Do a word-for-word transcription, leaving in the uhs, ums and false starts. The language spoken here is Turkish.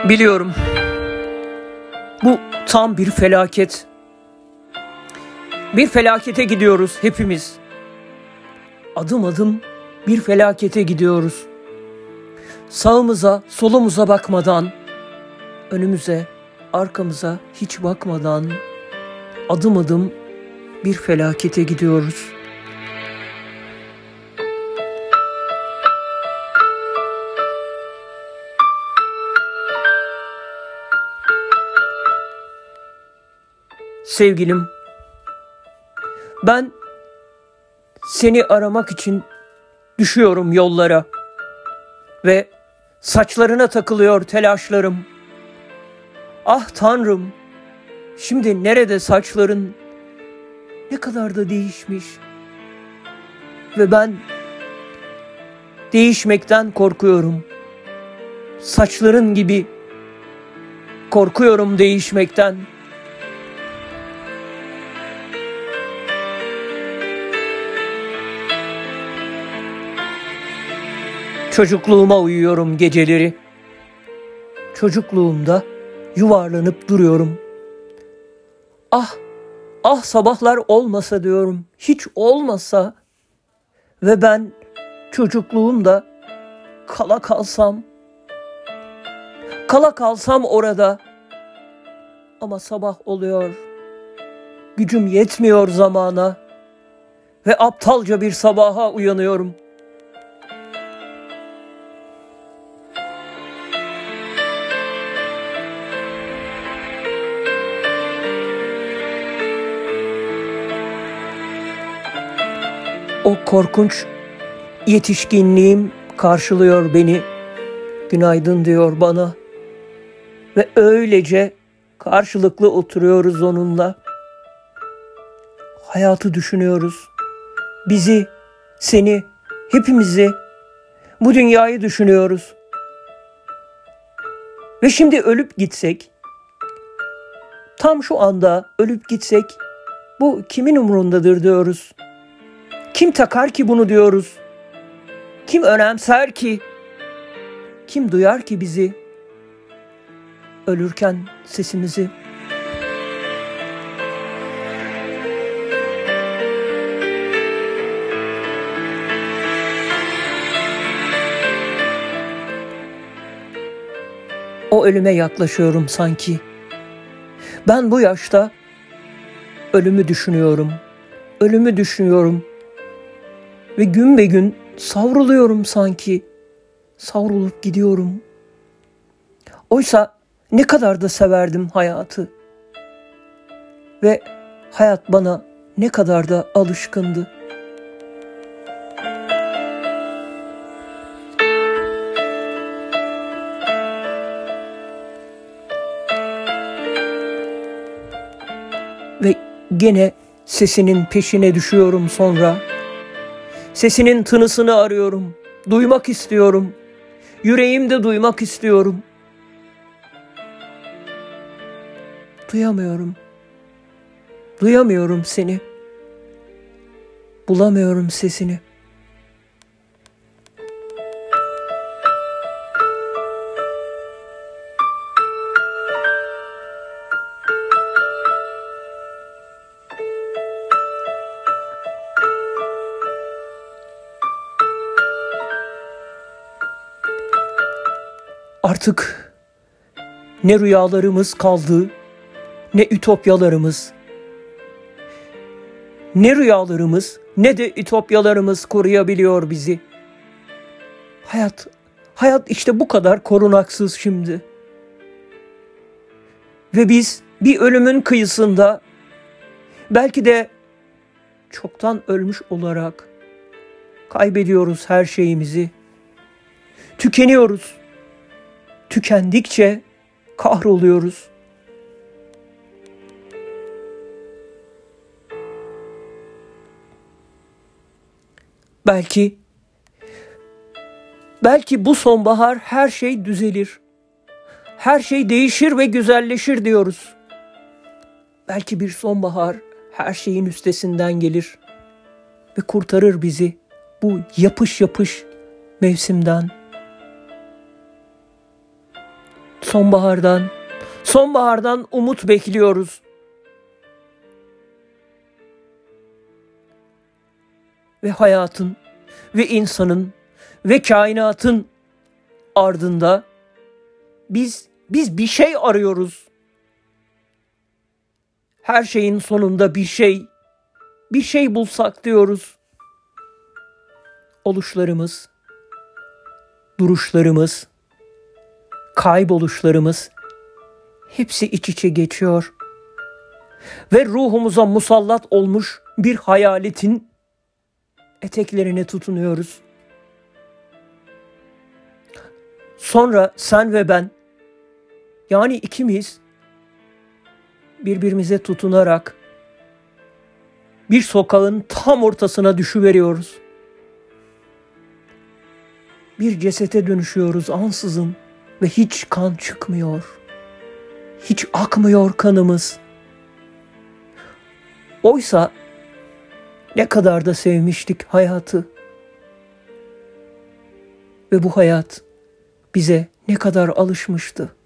Biliyorum. Bu tam bir felaket. Bir felakete gidiyoruz hepimiz. Adım adım bir felakete gidiyoruz. Sağımıza, solumuza bakmadan, önümüze, arkamıza hiç bakmadan adım adım bir felakete gidiyoruz. Sevgilim, ben seni aramak için düşüyorum yollara ve saçlarına takılıyor telaşlarım. Ah Tanrım, şimdi nerede saçların, ne kadar da değişmiş ve ben değişmekten korkuyorum. Saçların gibi korkuyorum değişmekten. Çocukluğuma uyuyorum geceleri. Çocukluğumda yuvarlanıp duruyorum. Ah, ah sabahlar olmasa diyorum, hiç olmasa ve ben çocukluğumda kala kalsam, kala kalsam orada. Ama sabah oluyor, gücüm yetmiyor zamana ve aptalca bir sabaha uyanıyorum. O korkunç yetişkinliğim karşılıyor beni. Günaydın diyor bana. Ve öylece karşılıklı oturuyoruz onunla. Hayatı düşünüyoruz. Bizi, seni, hepimizi, bu dünyayı düşünüyoruz. Ve şimdi ölüp gitsek, tam şu anda ölüp gitsek, bu kimin umurundadır diyoruz. Kim takar ki bunu diyoruz? Kim önemser ki? Kim duyar ki bizi? Ölürken sesimizi. O ölüme yaklaşıyorum sanki. Ben bu yaşta ölümü düşünüyorum. Ölümü düşünüyorum. Ve gün be gün savruluyorum sanki. Savrulup gidiyorum. Oysa ne kadar da severdim hayatı. Ve hayat bana ne kadar da alışkındı. Ve gene sesinin peşine düşüyorum sonra. Sesinin tınısını arıyorum, duymak istiyorum, yüreğimde duymak istiyorum. Duyamıyorum, duyamıyorum seni, bulamıyorum sesini. Artık ne rüyalarımız kaldı, ne ütopyalarımız. Ne rüyalarımız, ne de ütopyalarımız koruyabiliyor bizi. Hayat, hayat işte bu kadar korunaksız şimdi. Ve biz bir ölümün kıyısında, belki de çoktan ölmüş olarak kaybediyoruz her şeyimizi. Tükeniyoruz. Tükendikçe kahroluyoruz. Belki, belki bu sonbahar her şey düzelir. Her şey değişir ve güzelleşir diyoruz. Belki bir sonbahar her şeyin üstesinden gelir ve kurtarır bizi bu yapış yapış mevsimden. Sonbahardan, sonbahardan umut bekliyoruz. Ve hayatın ve insanın ve kainatın ardında biz biz bir şey arıyoruz. Her şeyin sonunda bir şey, bir şey bulsak diyoruz. Oluşlarımız, duruşlarımız, kayboluşlarımız hepsi iç içe geçiyor. Ve ruhumuza musallat olmuş bir hayaletin eteklerine tutunuyoruz. Sonra sen ve ben, yani ikimiz birbirimize tutunarak bir sokağın tam ortasına düşüveriyoruz. Bir cesete dönüşüyoruz ansızın ve hiç kan çıkmıyor. Hiç akmıyor kanımız. Oysa ne kadar da sevmiştik hayatı. Ve bu hayat bize ne kadar alışmıştı.